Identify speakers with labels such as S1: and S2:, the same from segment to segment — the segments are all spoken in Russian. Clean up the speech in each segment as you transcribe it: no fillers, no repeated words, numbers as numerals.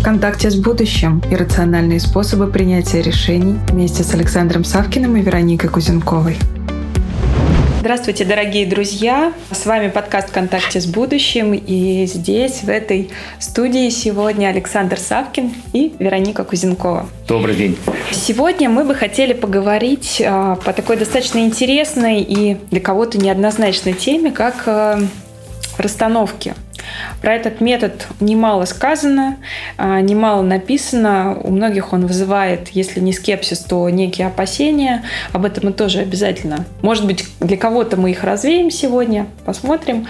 S1: В контакте с будущим и рациональные способы принятия решений вместе с Александром Савкиным и Вероникой Кузенковой. Здравствуйте, дорогие друзья! С вами подкаст «В контакте с будущим». И здесь, в этой студии, сегодня Александр Савкин и Вероника Кузенкова.
S2: Добрый день!
S1: Сегодня мы бы хотели поговорить по такой достаточно интересной и для кого-то неоднозначной теме, как расстановки. Про этот метод немало сказано, немало написано. У многих он вызывает, если не скепсис, то некие опасения. Об этом мы тоже обязательно. Может быть, для кого-то мы их развеем сегодня, посмотрим.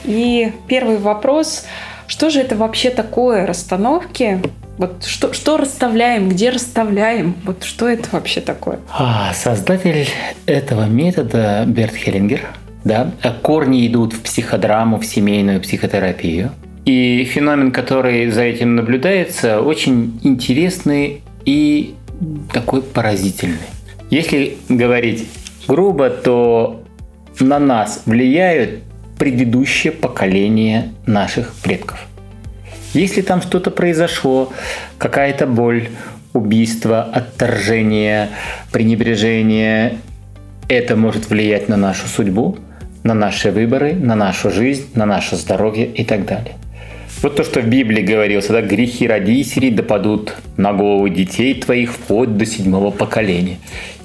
S1: И первый вопрос. Что же это вообще такое расстановки? Вот что расставляем, где расставляем? Вот что это вообще такое?
S2: Создатель этого метода Берт Хеллингер. Да, корни идут в психодраму, в семейную психотерапию. И феномен, который за этим наблюдается, очень интересный и такой поразительный. Если говорить грубо, то на нас влияют предыдущие поколения наших предков. Если там что-то произошло, какая-то боль, убийство, отторжение, пренебрежение, это может влиять на нашу судьбу, на наши выборы, на нашу жизнь, на наше здоровье и так далее. Вот то, что в Библии говорилось, да, грехи родителей допадут на головы детей твоих вплоть до 7-го поколения.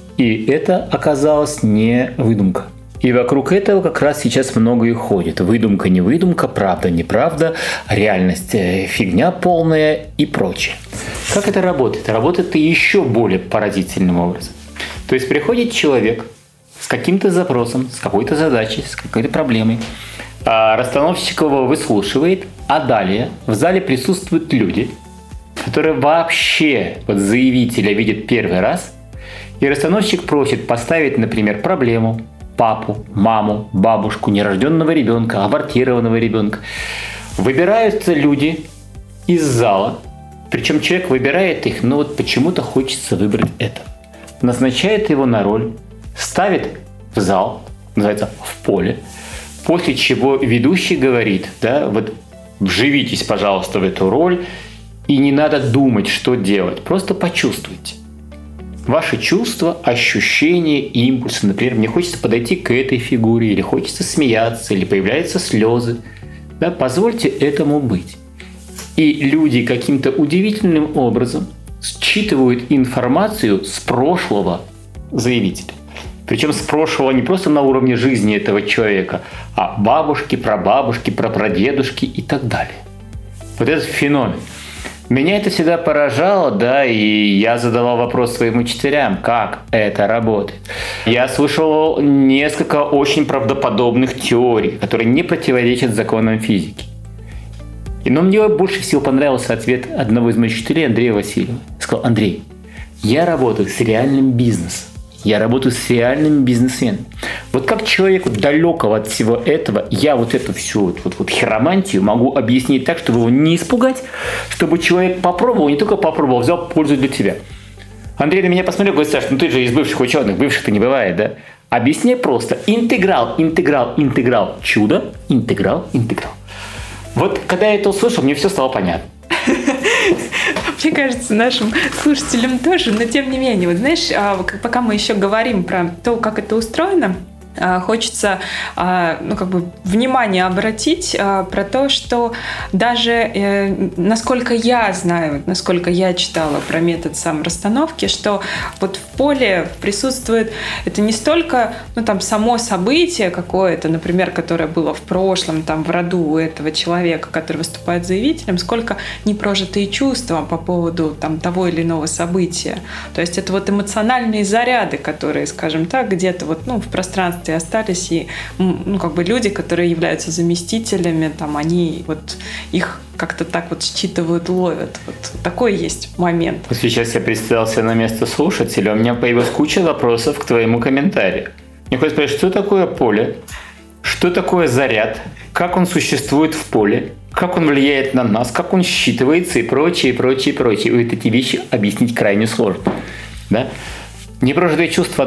S2: И это оказалось не выдумка. И вокруг этого как раз сейчас многое ходит. Выдумка, не выдумка, правда, неправда, реальность, фигня полная и прочее. Как это работает? Работает еще более поразительным образом. То есть приходит человек с каким-то запросом, с какой-то задачей, с какой-то проблемой. Расстановщик его выслушивает, а далее в зале присутствуют люди, которые вообще заявителя видят первый раз, и расстановщик просит поставить, например, проблему, папу, маму, бабушку, нерожденного ребенка, абортированного ребенка. Выбираются люди из зала, причем человек выбирает их, но вот почему-то хочется выбрать это. Назначает его на роль, ставит в зал, называется в поле, после чего ведущий говорит, да, вот вживитесь, пожалуйста, в эту роль, и не надо думать, что делать, просто почувствуйте. Ваши чувства, ощущения, импульсы. Например, мне хочется подойти к этой фигуре, или хочется смеяться, или появляются слезы. Да, позвольте этому быть. И люди каким-то удивительным образом считывают информацию с прошлого заявителя. Причем с прошлого не просто на уровне жизни этого человека, а бабушки, прабабушки, прапрадедушки и так далее. Вот этот феномен. Меня это всегда поражало, да, и я задавал вопрос своим учителям, как это работает. Я слышал несколько очень правдоподобных теорий, которые не противоречат законам физики. Но мне больше всего понравился ответ одного из моих учителей, Андрея Васильева. Он сказал: Андрей, я работаю с реальным бизнесом. Я работаю с реальными бизнесменами. Вот как человеку далекого от всего этого, я вот эту всю вот хиромантию могу объяснить так, чтобы его не испугать, чтобы человек попробовал, не только попробовал, взял пользу для тебя. Андрей на меня посмотрел, говорит: Саш, ты же из бывших ученых, бывших-то не бывает, да? Объясняй просто. Интеграл, чудо, интеграл. Вот когда я это услышал, мне все стало понятно.
S1: Мне кажется, нашим слушателям тоже, но тем не менее, вот знаешь, пока мы еще говорим про то, как это устроено, хочется внимание обратить про то, что даже насколько я знаю, насколько я читала про метод саморасстановки, что вот в поле присутствует это не столько само событие какое-то, например, которое было в прошлом, в роду у этого человека, который выступает заявителем, сколько непрожитые чувства по поводу того или иного события. То есть это эмоциональные заряды, которые, скажем так, где-то в пространстве остались, и люди, которые являются заместителями, они их как-то так считывают, ловят. Вот такой есть момент.
S2: Сейчас я представил себя на место слушателя, у меня появилась куча вопросов к твоему комментарию. Мне хочется спросить, что такое поле, что такое заряд, как он существует в поле, как он влияет на нас, как он считывается и прочее. И вот эти вещи объяснить крайне сложно. Да? Непрожитые чувства,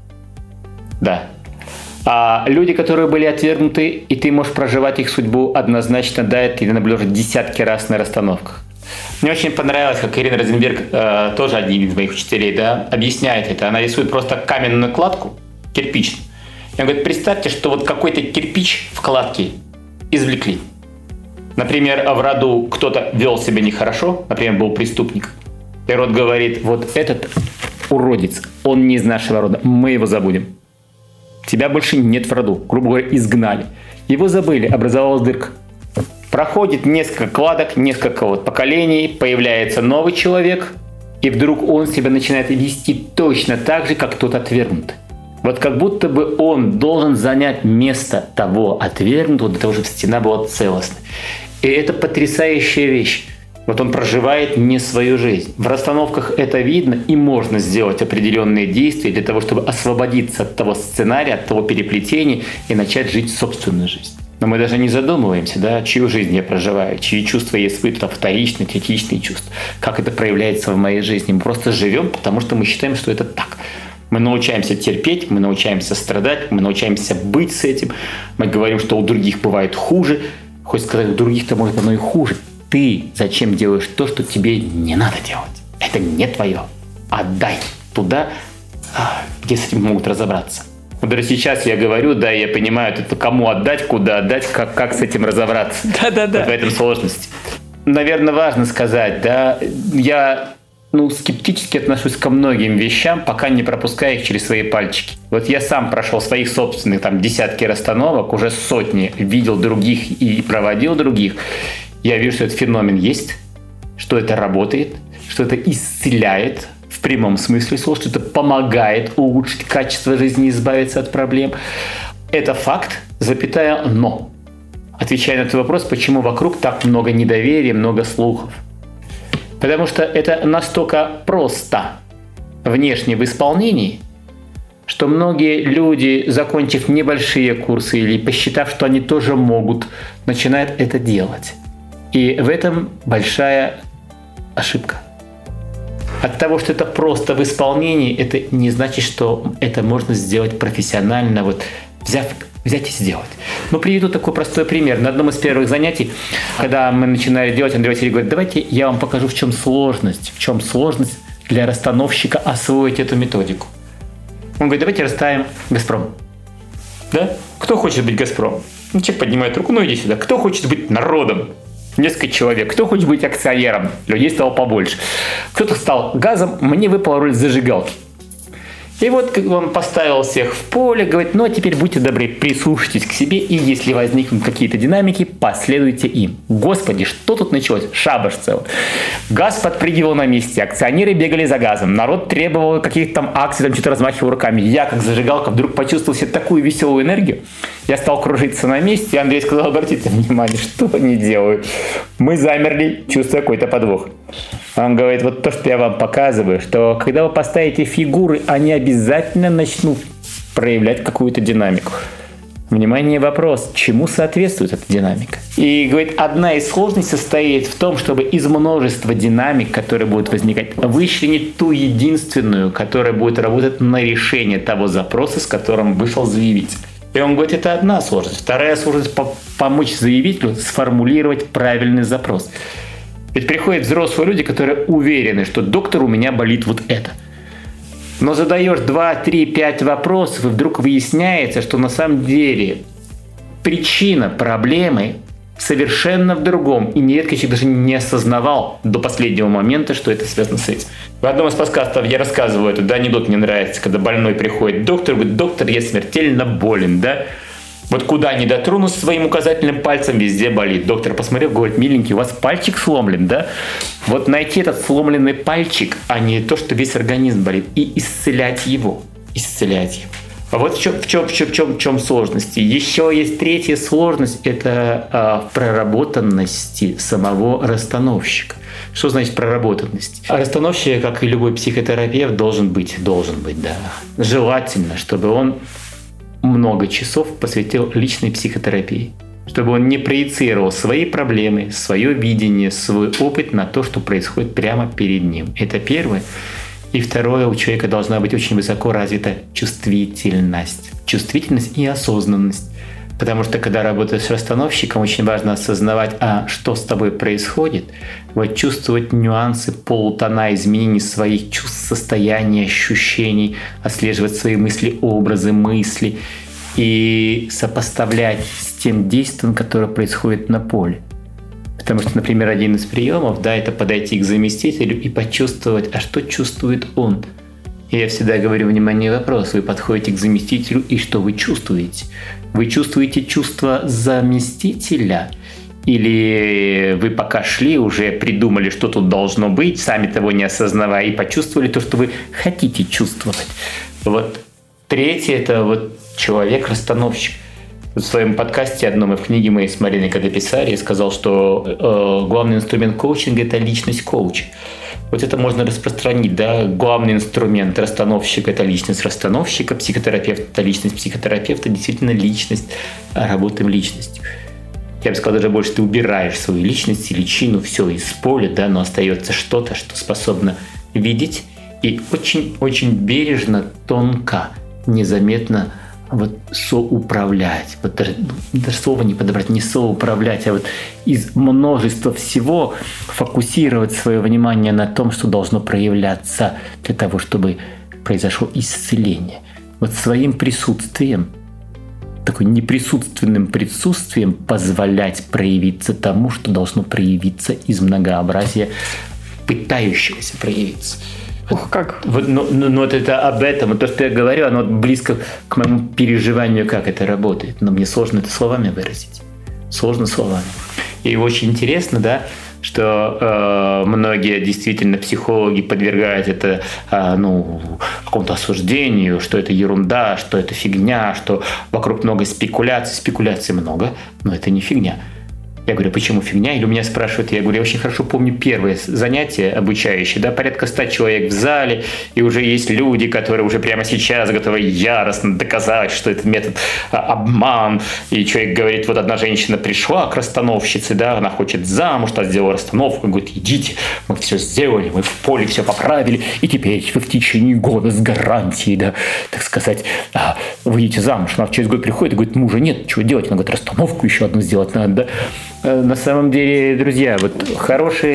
S2: да. А люди, которые были отвергнуты, и ты можешь проживать их судьбу однозначно, да, это ты наблюдаешь десятки раз на расстановках. Мне очень понравилось, как Ирина Розенберг, тоже один из моих учителей, да, объясняет это. Она рисует просто каменную кладку, кирпич. И он говорит, представьте, что вот какой-то кирпич в кладке извлекли. Например, в роду кто-то вел себя нехорошо, например, был преступник. И род говорит, вот этот уродец, он не из нашего рода, мы его забудем. Тебя больше нет в роду, грубо говоря, изгнали. Его забыли, образовалась дырка. Проходит несколько кладок, несколько поколений, появляется новый человек, и вдруг он себя начинает вести точно так же, как тот отвергнутый. Вот как будто бы он должен занять место того отвергнутого, для того, чтобы стена была целостной. И это потрясающая вещь. Вот он проживает не свою жизнь. В расстановках это видно, и можно сделать определенные действия для того, чтобы освободиться от того сценария, от того переплетения и начать жить собственную жизнь. Но мы даже не задумываемся, да, чью жизнь я проживаю, чьи чувства я испытываю, вторичные, третичные чувства, как это проявляется в моей жизни. Мы просто живем, потому что мы считаем, что это так. Мы научаемся терпеть, мы научаемся страдать, мы научаемся быть с этим. Мы говорим, что у других бывает хуже. Хочешь сказать, у других-то может оно и хуже. Ты зачем делаешь то, что тебе не надо делать? Это не твое. Отдай туда, где с этим могут разобраться. Вот даже сейчас я говорю, да, я понимаю, это кому отдать, куда отдать, как с этим разобраться.
S1: Да-да-да.
S2: Вот в этом сложности. Наверное, важно сказать, да, я скептически отношусь ко многим вещам, пока не пропуская их через свои пальчики. Вот я сам прошел своих собственных десятки расстановок, уже сотни, видел других и проводил других. Я вижу, что этот феномен есть, что это работает, что это исцеляет в прямом смысле слова, что это помогает улучшить качество жизни и избавиться от проблем. Это факт, но. Отвечая на этот вопрос, почему вокруг так много недоверия, много слухов. Потому что это настолько просто внешне в исполнении, что многие люди, закончив небольшие курсы или посчитав, что они тоже могут, начинают это делать. И в этом большая ошибка. От того, что это просто в исполнении, это не значит, что это можно сделать профессионально, взять и сделать. Приведу такой простой пример. На одном из первых занятий, когда мы начинали делать, Андрей Васильевич говорит, давайте я вам покажу, в чем сложность для расстановщика освоить эту методику. Он говорит, давайте расставим «Газпром». Да? Кто хочет быть «Газпромом»? Человек поднимает руку, иди сюда. Кто хочет быть народом? Несколько человек. Кто хочет быть акционером? Людей стало побольше. Кто-то стал газом, мне выпала роль зажигалки. И вот он поставил всех в поле, говорит, а теперь будьте добры, прислушайтесь к себе, и если возникнут какие-то динамики, последуйте им. Господи, что тут началось? Шабаш целый. Газ подпрыгивал на месте, акционеры бегали за газом, народ требовал каких-то там акций, что-то размахивал руками. Я, как зажигалка, вдруг почувствовал себе такую веселую энергию. Я стал кружиться на месте, и Андрей сказал, обратите внимание, что они делают. Мы замерли, чувствуя какой-то подвох. Он говорит, вот то, что я вам показываю, что когда вы поставите фигуры, они обязательно начнут проявлять какую-то динамику. Внимание, вопрос, чему соответствует эта динамика? И говорит, одна из сложностей состоит в том, чтобы из множества динамик, которые будут возникать, вычленить ту единственную, которая будет работать на решение того запроса, с которым вышел заявитель. И он говорит, это одна сложность. Вторая сложность – помочь заявителю сформулировать правильный запрос. Ведь приходят взрослые люди, которые уверены, что доктор, у меня болит вот это. Но задаешь 2, 3, 5 вопросов, и вдруг выясняется, что на самом деле причина проблемы совершенно в другом. И нередко человек даже не осознавал до последнего момента, что это связано с этим. В одном из подкастов я рассказываю этот анекдот, мне нравится, когда больной приходит к доктору, говорит, доктор, я смертельно болен, да? Вот куда ни дотронусь своим указательным пальцем, везде болит. Доктор посмотрел, говорит, миленький, у вас пальчик сломлен, да? Вот найти этот сломленный пальчик, а не то, что весь организм болит, и исцелять его. А вот в чем сложности. Еще есть третья сложность, это в проработанности самого расстановщика. Что значит проработанность? Расстановщик, как и любой психотерапевт, должен быть, да. Желательно, чтобы он много часов посвятил личной психотерапии, чтобы он не проецировал свои проблемы, свое видение, свой опыт на то, что происходит прямо перед ним. Это первое. И второе, у человека должна быть очень высоко развита чувствительность. Чувствительность и осознанность. Потому что когда работаешь с расстановщиком, очень важно осознавать, что с тобой происходит, вот чувствовать нюансы, полутона, изменений своих чувств, состояний, ощущений, отслеживать свои мысли, образы, мысли и сопоставлять с тем действием, которое происходит на поле. Потому что, например, один из приемов, это подойти к заместителю и почувствовать, что чувствует он. И я всегда говорю, внимание, вопрос. Вы подходите к заместителю, и что вы чувствуете? Вы чувствуете чувство заместителя? Или вы пока шли, уже придумали, что тут должно быть, сами того не осознавая, и почувствовали то, что вы хотите чувствовать? Вот третье – это человек-расстановщик. В своем подкасте одном и в книге моей с Мариной, когда писали, я сказал, что главный инструмент коучинга – это личность коуча. Вот это можно распространить, Главный инструмент расстановщика – это личность расстановщика, психотерапевт – это личность психотерапевта, действительно личность, работаем личностью. Я бы сказал даже больше, ты убираешь свою личность и личину, все из поля, но остается что-то, что способно видеть и очень-очень бережно, тонко, незаметно соуправлять. Даже слово не подобрать, не соуправлять, а из множества всего фокусировать свое внимание на том, что должно проявляться для того, чтобы произошло исцеление. Своим присутствием, такой неприсутственным присутствием позволять проявиться тому, что должно проявиться из многообразия пытающегося проявиться.
S1: Ух, как!
S2: Вот это об этом. То, что я говорю, оно близко к моему переживанию, как это работает. Но мне сложно это словами выразить. Сложно словами. И очень интересно, что многие действительно психологи подвергают это какому-то осуждению, что это ерунда, что это фигня, что вокруг много спекуляций. Спекуляций много, но это не фигня. Я говорю, почему фигня? Или у меня спрашивают, я говорю, я очень хорошо помню первое занятие обучающее, порядка 100 человек в зале, и уже есть люди, которые уже прямо сейчас готовы яростно доказать, что этот метод обман. И человек говорит, одна женщина пришла к расстановщице, она хочет замуж, что сделала расстановку, говорит, идите, мы все сделали, мы в поле все поправили, и теперь вы в течение года с гарантией, так сказать, выйдете замуж. Она через год приходит и говорит, мужа нет, чего делать? Она говорит, расстановку еще одну сделать надо, На самом деле, друзья, хороший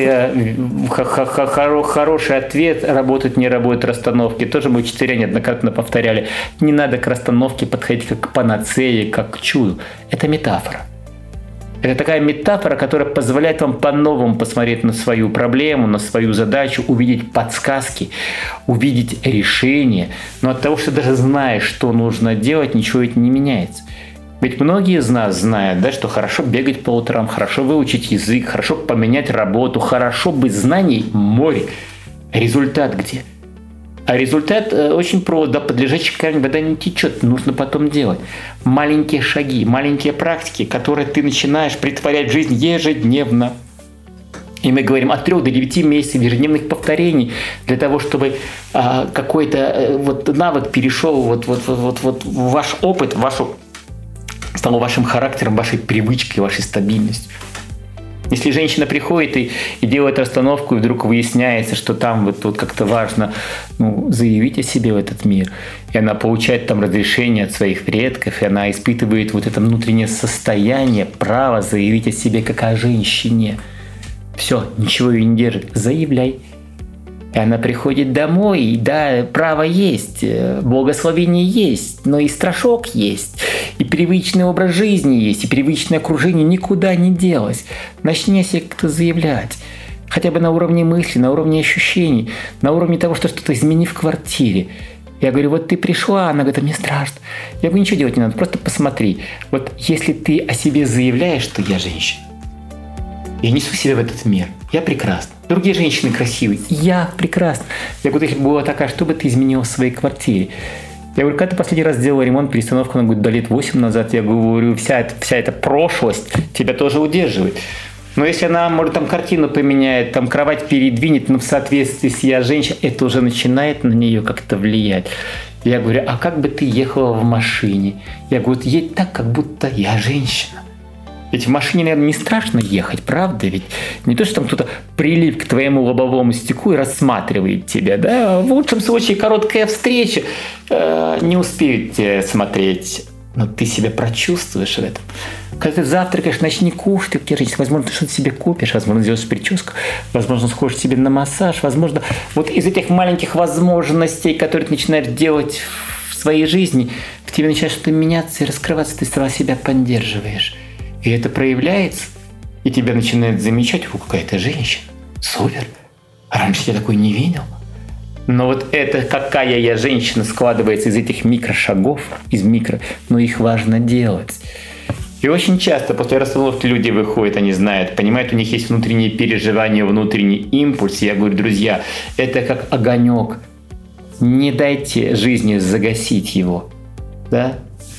S2: ответ, работают, не работают расстановки. Тоже мы учителя неоднократно повторяли. Не надо к расстановке подходить как к панацее, как к чуду. Это метафора. Это такая метафора, которая позволяет вам по-новому посмотреть на свою проблему, на свою задачу, увидеть подсказки, увидеть решение. Но от того, что даже знаешь, что нужно делать, ничего это не меняется. Ведь многие из нас знают, что хорошо бегать по утрам, хорошо выучить язык, хорошо поменять работу, хорошо бы знаний море. Результат где? А результат очень прост. Под лежачий камень вода не течет, нужно потом делать. Маленькие шаги, маленькие практики, которые ты начинаешь притворять в жизнь ежедневно. И мы говорим от 3 до 9 месяцев ежедневных повторений для того, чтобы какой-то навык перешел в ваш опыт, стало вашим характером, вашей привычкой, вашей стабильностью. Если женщина приходит и делает расстановку, и вдруг выясняется, что там как-то важно заявить о себе в этот мир, и она получает там разрешение от своих предков, и она испытывает это внутреннее состояние, право заявить о себе как о женщине. Все, ничего ее не держит. Заявляй. И она приходит домой, и право есть, благословение есть, но и страшок есть, и привычный образ жизни есть, и привычное окружение никуда не делось. Начни о себе как-то заявлять. Хотя бы на уровне мысли, на уровне ощущений, на уровне того, что что-то измени в квартире. Я говорю, ты пришла, она говорит, мне страшно. Я говорю, ничего делать не надо, просто посмотри. Если ты о себе заявляешь, что я женщина, я несу себя в этот мир, я прекрасна. Другие женщины красивые, я прекрасна. Я говорю, если бы была такая, что бы ты изменила в своей квартире? Я говорю, когда ты последний раз делала ремонт, перестановку, она говорит, лет 8 назад. Я говорю, вся эта прошлость тебя тоже удерживает. Но если она, может, картину поменяет, кровать передвинет, в соответствии с «я женщина», это уже начинает на нее как-то влиять. Я говорю, а как бы ты ехала в машине? Я говорю, едь так, как будто я женщина. Ведь в машине, наверное, не страшно ехать, правда? Ведь не то, что кто-то прилип к твоему лобовому стеклу и рассматривает тебя, В лучшем случае короткая встреча не успеет тебя смотреть но ты себя прочувствуешь в этом. Когда ты завтракаешь, начни кушать, возможно, ты что-то себе купишь, возможно, сделаешь прическу, возможно, сходишь себе на массаж, возможно, вот из этих маленьких возможностей, которые ты начинаешь делать в своей жизни, в тебе начинает что-то меняться и раскрываться, ты сама себя поддерживаешь. И это проявляется, и тебя начинает замечать: о, какая-то женщина, супер, раньше я такой не видел. Но вот это какая я женщина складывается из этих микрошагов, но их важно делать. И очень часто после расстановки люди выходят, они знают, понимают, у них есть внутренние переживания, внутренний импульс. Я говорю: друзья, это как огонек. Не дайте жизни загасить его. Да?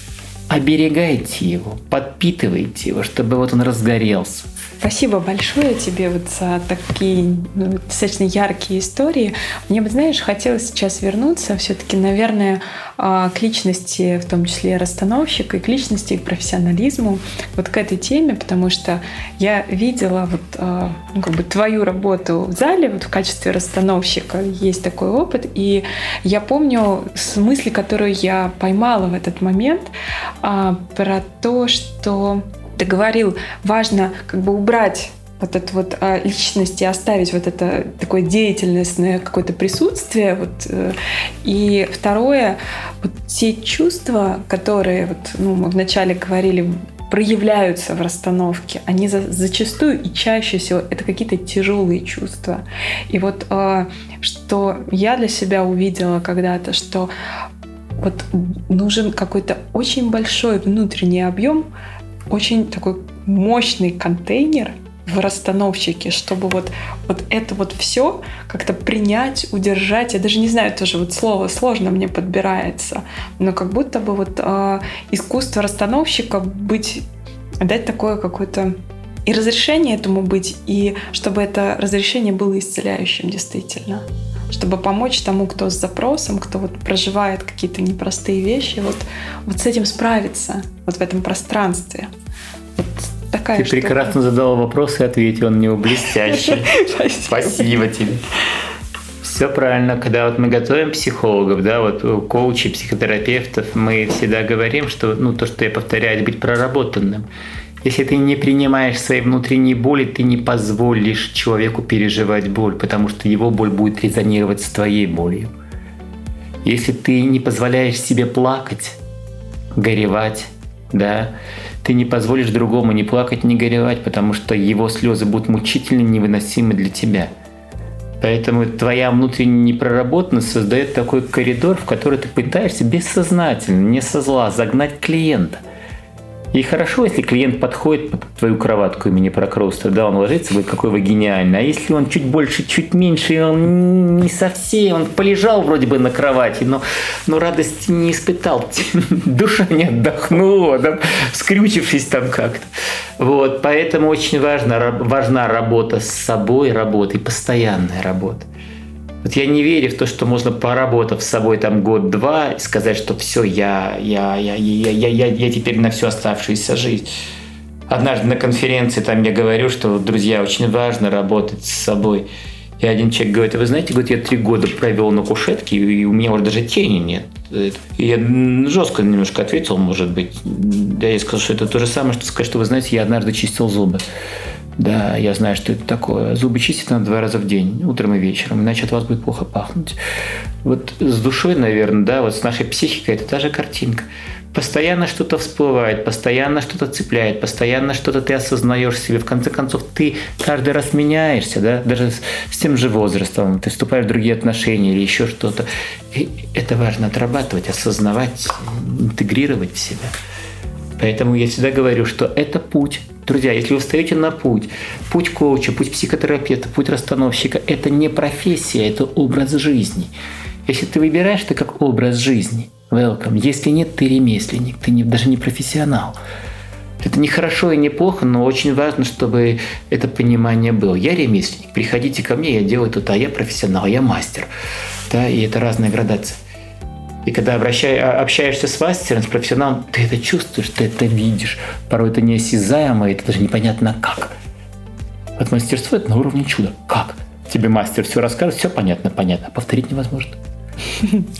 S2: Оберегайте его, подпитывайте его, чтобы вот он разгорелся.
S1: Спасибо большое тебе вот за такие достаточно яркие истории. Мне бы, знаешь, хотелось сейчас вернуться все-таки, наверное, к личности, в том числе расстановщика, и к личности, и к профессионализму, вот к этой теме, потому что я видела вот, твою работу в зале вот в качестве расстановщика, есть такой опыт, и я помню мысли, которую я поймала в этот момент, про то, что ты говорил, важно как бы убрать вот эту вот личность и оставить вот это такое деятельностное какое-то присутствие. Вот. И второе, вот те чувства, которые, вот, мы вначале говорили, проявляются в расстановке, они зачастую и чаще всего это какие-то тяжелые чувства. И вот что я для себя увидела когда-то, что вот нужен какой-то очень большой внутренний объем, очень такой мощный контейнер в расстановщике, чтобы вот это вот все как-то принять, удержать. Я даже не знаю, тоже вот слово сложно мне подбирается, но как будто бы вот искусство расстановщика дать такое какое-то и разрешение этому быть, и чтобы это разрешение было исцеляющим действительно. Чтобы помочь тому, кто с запросом, кто вот проживает какие-то непростые вещи, вот с этим справиться, вот в этом пространстве. Вот такая
S2: Ты
S1: штука.
S2: прекрасно задала вопрос и ответила на него блестяще. Спасибо тебе. Все правильно. Когда вот мы готовим психологов, да, вот коучей, психотерапевтов, мы всегда говорим, что то, что я повторяю, быть проработанным. Если ты не принимаешь свои внутренние боли, ты не позволишь человеку переживать боль, потому что его боль будет резонировать с твоей болью. Если ты не позволяешь себе плакать, горевать, да, ты не позволишь другому ни плакать, ни горевать, потому что его слезы будут мучительно невыносимы для тебя. Поэтому твоя внутренняя непроработанность создает такой коридор, в который ты пытаешься бессознательно, не со зла, загнать клиента. И хорошо, если клиент подходит под твою кроватку имени Прокруста, да, он ложится, говорит, какой вы гениальный. А если он чуть больше, чуть меньше, и он не совсем, он полежал вроде бы на кровати, но радости не испытал, душа не отдохнула, да, скрючившись там как-то. Вот, поэтому очень важна работа с собой, работа и постоянная работа. Вот я не верю в то, что можно, поработав с собой там год-два, сказать, что все, я теперь на всю оставшуюся жизнь. Однажды на конференции там я говорю, что, друзья, очень важно работать с собой. И один человек говорит: вы знаете, я 3 года провел на кушетке, и у меня уже даже тени нет. И я жестко немножко ответил, может быть. Я сказал, что это то же самое, что сказать, что вы знаете, я однажды чистил зубы. Да, я знаю, что это такое. Зубы чистить надо 2 раза в день, утром и вечером, иначе от вас будет плохо пахнуть. Вот с душой, наверное, да, вот с нашей психикой это та же картинка. Постоянно что-то всплывает, постоянно что-то цепляет, постоянно что-то ты осознаешь в себе. В конце концов, ты каждый раз меняешься, да, даже с тем же возрастом. Ты вступаешь в другие отношения или еще что-то. И это важно отрабатывать, осознавать, интегрировать в себя. Поэтому я всегда говорю, что это путь. Друзья, если вы встаете на путь коуча, путь психотерапевта, путь расстановщика, это не профессия, это образ жизни. Если ты выбираешь это как образ жизни, welcome. Если нет, ты ремесленник, ты даже не профессионал. Это не хорошо и не плохо, но очень важно, чтобы это понимание было. Я ремесленник, приходите ко мне, я делаю это, а я профессионал, я мастер. Да, и это разная градация. И когда общаешься с мастером, с профессионалом, ты это чувствуешь, ты это видишь. Порой это неосязаемо, это даже непонятно как. Вот мастерство – это на уровне чуда. Как? Тебе мастер все расскажет, все понятно. Повторить невозможно.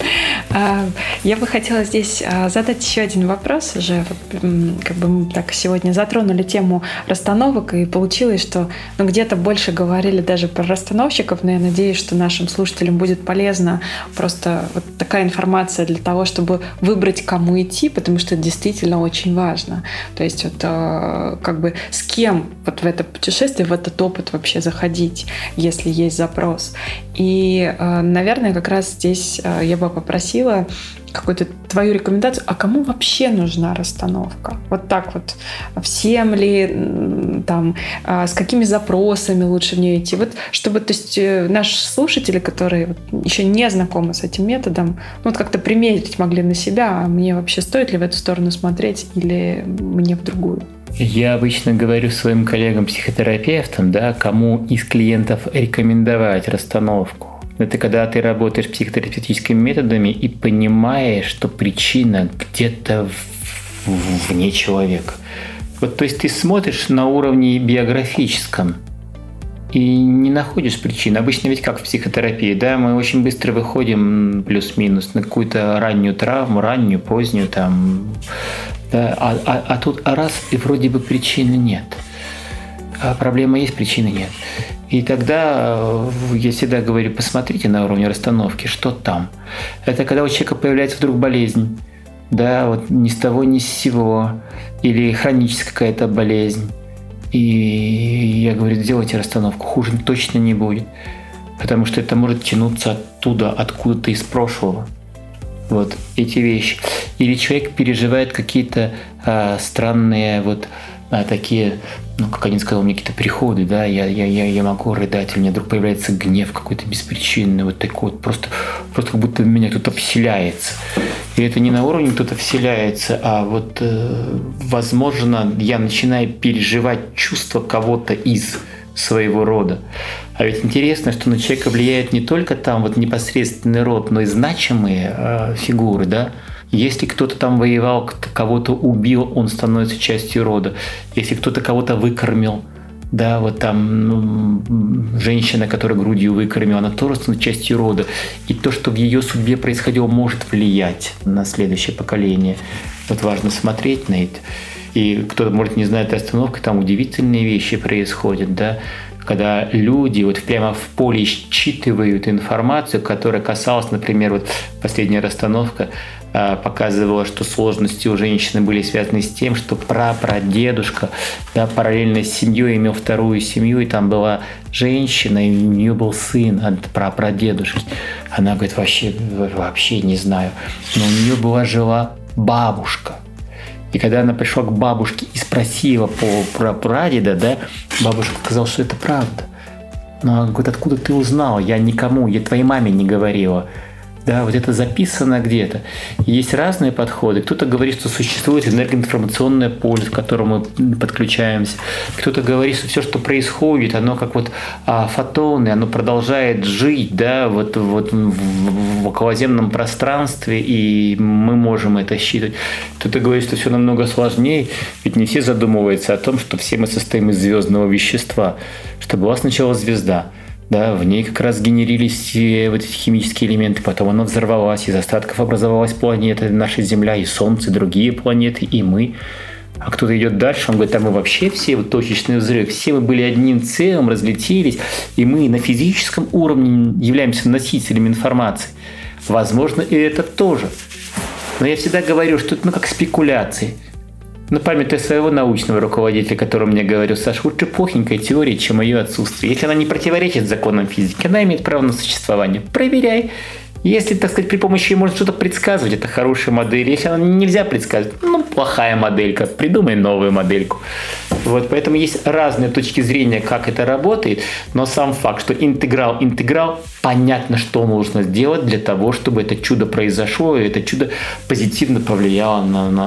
S1: Я бы хотела здесь задать еще один вопрос. Уже как бы мы так сегодня затронули тему расстановок, и получилось, что где-то больше говорили даже про расстановщиков, но я надеюсь, что нашим слушателям будет полезна просто вот такая информация для того, чтобы выбрать, кому идти, потому что это действительно очень важно. То есть вот как бы с кем вот в это путешествие, в этот опыт вообще заходить, если есть запрос. И, наверное, как раз здесь я бы попросила какую-то твою рекомендацию, а кому вообще нужна расстановка? Вот так вот. Всем ли, там, с какими запросами лучше в нее идти? Вот чтобы, то есть, наши слушатели, которые еще не знакомы с этим методом, вот как-то примерить могли на себя, а мне вообще стоит ли в эту сторону смотреть или мне в другую?
S2: Я обычно говорю своим коллегам-психотерапевтам, да, кому из клиентов рекомендовать расстановку. Это когда ты работаешь психотерапевтическими методами и понимаешь, что причина где-то вне человека. Вот, то есть ты смотришь на уровне биографическом и не находишь причин. Обычно ведь как в психотерапии, да, мы очень быстро выходим плюс-минус на какую-то раннюю травму, раннюю, позднюю, там, да, а тут раз и вроде бы причины нет. А проблема есть, причины нет. И тогда я всегда говорю, посмотрите на уровне расстановки, что там. Это когда у человека появляется вдруг болезнь, да, вот ни с того, ни с сего, или хроническая какая-то болезнь. И я говорю, сделайте расстановку, хуже точно не будет, потому что это может тянуться оттуда, откуда-то из прошлого. Вот эти вещи. Или человек переживает какие-то странные вот такие, ну, как один сказал, мне какие-то приходы, да, я могу рыдать, у меня вдруг появляется гнев какой-то беспричинный, вот такой вот, просто как будто в меня кто-то вселяется. И это не на уровне кто-то вселяется, а вот, возможно, я начинаю переживать чувства кого-то из своего рода. А ведь интересно, что на человека влияет не только там вот непосредственный род, но и значимые фигуры, да. Если кто-то там воевал, кого-то убил, он становится частью рода. Если кто-то кого-то выкормил, да, вот там женщина, которая грудью выкормила, она тоже становится частью рода. И то, что в ее судьбе происходило, может влиять на следующее поколение. Вот важно смотреть на это. И кто-то, может, не знает расстановки, там удивительные вещи происходят, да, когда люди вот прямо в поле считывают информацию, которая касалась, например, вот последняя расстановка показывала, что сложности у женщины были связаны с тем, что прапрадедушка, да, параллельно с семьей имел вторую семью, и там была женщина, и у нее был сын от прапрадедушки. Она говорит, вообще не знаю. Но у нее была жила бабушка. И когда она пришла к бабушке и спросила про прадеда, да, бабушка сказала, что это правда. Но она говорит, откуда ты узнала? Я никому, я твоей маме не говорила. Да, вот это записано где-то. Есть разные подходы. Кто-то говорит, что существует энергоинформационное поле, к которому мы подключаемся. Кто-то говорит, что все, что происходит, оно как вот фотоны, оно продолжает жить, да, вот в околоземном пространстве, и мы можем это считать. Кто-то говорит, что все намного сложнее, ведь не все задумываются о том, что все мы состоим из звездного вещества, что была сначала звезда. Да, в ней как раз генерились все вот эти химические элементы, потом она взорвалась, из остатков образовалась планета, наша Земля, и Солнце, и другие планеты, и мы. А кто-то идет дальше, он говорит, а мы вообще все, вот точечный взрыв, все мы были одним целым, разлетелись, и мы на физическом уровне являемся носителями информации. Возможно, и это тоже. Но я всегда говорю, что это как спекуляции. Но памятуя своего научного руководителя, который мне говорил, Саша, лучше плохенькая теория, чем ее отсутствие. Если она не противоречит законам физики, она имеет право на существование. Проверяй. Если, так сказать, при помощи ее можно что-то предсказывать, это хорошая модель. Если она нельзя предсказывать, плохая моделька, придумай новую модельку. Вот, поэтому есть разные точки зрения, как это работает, но сам факт, что интеграл, понятно, что нужно сделать для того, чтобы это чудо произошло, и это чудо позитивно повлияло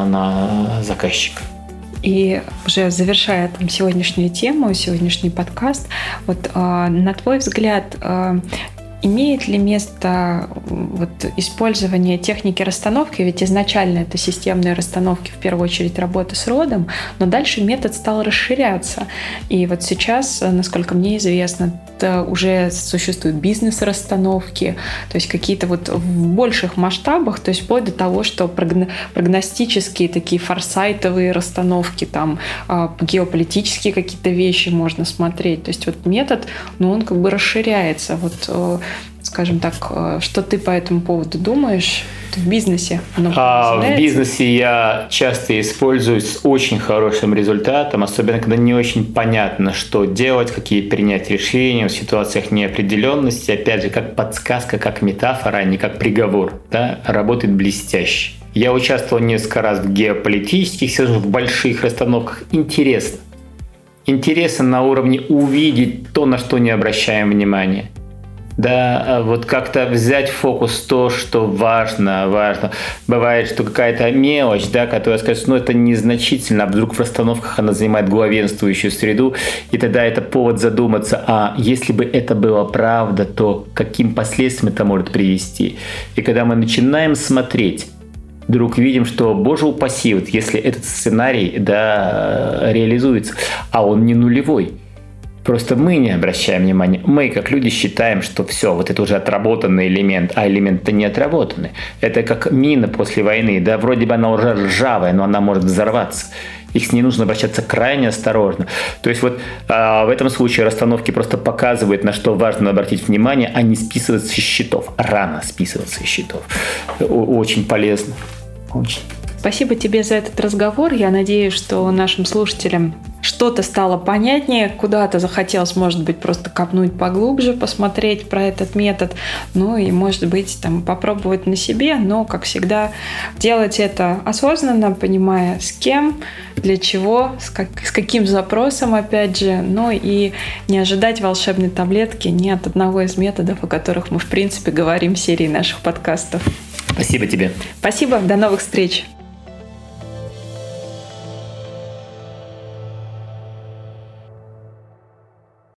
S2: на заказчика.
S1: И уже завершая там сегодняшнюю тему, сегодняшний подкаст, вот на твой взгляд, имеет ли место вот использование техники расстановки? Ведь изначально это системные расстановки, в первую очередь работа с родом, но дальше метод стал расширяться. И вот сейчас, насколько мне известно, уже существуют бизнес-расстановки, то есть какие-то вот в больших масштабах, то есть вплоть до того, что прогностические такие форсайтовые расстановки, там геополитические какие-то вещи можно смотреть. То есть вот метод, он как бы расширяется. Вот, скажем так, что ты по этому поводу думаешь в бизнесе?
S2: В бизнесе я часто использую с очень хорошим результатом, особенно когда не очень понятно, что делать, какие принять решения в ситуациях неопределенности. Опять же, как подсказка, как метафора, а не как приговор. Да? Работает блестяще. Я участвовал несколько раз в геополитических, в больших расстановках. Интересно. Интересно на уровне увидеть то, на что не обращаем внимания. Да, вот как-то взять в фокус то, что важно. Бывает, что какая-то мелочь, да, которая скажет, это незначительно, а вдруг в расстановках она занимает главенствующую среду, и тогда это повод задуматься, а если бы это было правда, то каким последствиям это может привести. И когда мы начинаем смотреть, вдруг видим, что, боже упаси, вот если этот сценарий, реализуется, а он не нулевой. Просто мы не обращаем внимания. Мы, как люди, считаем, что все, вот это уже отработанный элемент, а элемент-то не отработанный. Это как мина после войны. Да, вроде бы она уже ржавая, но она может взорваться. Их с ней нужно обращаться крайне осторожно. То есть вот в этом случае расстановки просто показывают, на что важно обратить внимание, а не списываться из счетов. Рано списываться из счетов. Очень полезно. Очень.
S1: Спасибо тебе за этот разговор. Я надеюсь, что нашим слушателям что-то стало понятнее, куда-то захотелось, может быть, просто копнуть поглубже, посмотреть про этот метод, и, может быть, попробовать на себе, но, как всегда, делать это осознанно, понимая, с кем, для чего, с каким запросом, опять же, и не ожидать волшебной таблетки ни от одного из методов, о которых мы, в принципе, говорим в серии наших подкастов.
S2: Спасибо тебе.
S1: Спасибо, до новых встреч.